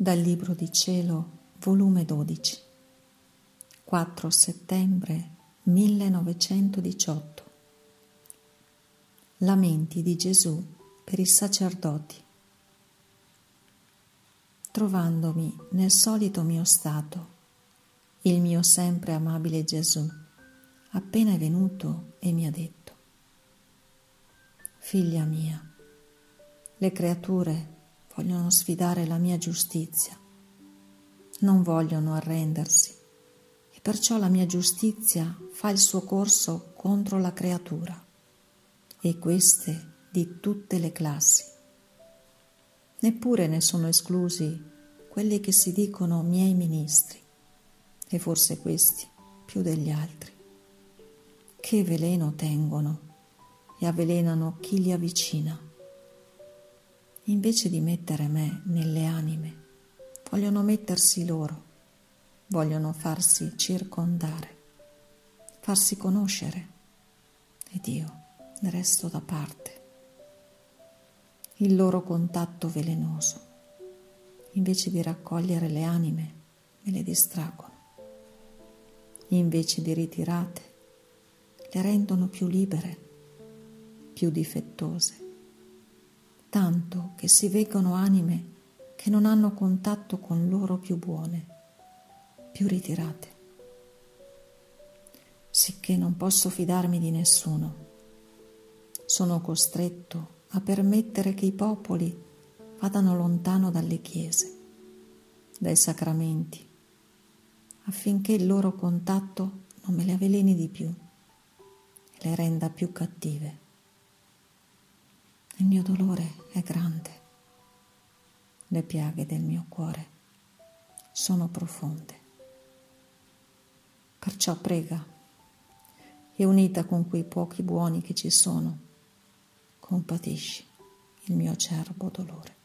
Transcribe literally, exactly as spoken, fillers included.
Dal Libro di Cielo, volume dodici, quattro settembre millenovecentodiciotto. Lamenti di Gesù per i sacerdoti. Trovandomi nel solito mio stato, il mio sempre amabile Gesù appena è venuto e mi ha detto: figlia mia, le creature vogliono sfidare la mia giustizia, non vogliono arrendersi, e perciò la mia giustizia fa il suo corso contro la creatura, e queste di tutte le classi. Neppure ne sono esclusi quelli che si dicono miei ministri, e forse questi più degli altri, che veleno tengono e avvelenano chi li avvicina. Invece di mettere me nelle anime, vogliono mettersi loro, vogliono farsi circondare, farsi conoscere, ed io ne resto da parte. Il loro contatto velenoso, invece di raccogliere le anime, me le distraggono. Invece di ritirate, le rendono più libere, più difettose, tanto che si veggono anime che non hanno contatto con loro più buone, più ritirate. Sicché non posso fidarmi di nessuno. Sono costretto a permettere che i popoli vadano lontano dalle chiese, dai sacramenti, affinché il loro contatto non me le avveleni di più e le renda più cattive. Il mio dolore è grande, le piaghe del mio cuore sono profonde. Perciò prega e, unita con quei pochi buoni che ci sono, compatisci il mio acerbo dolore.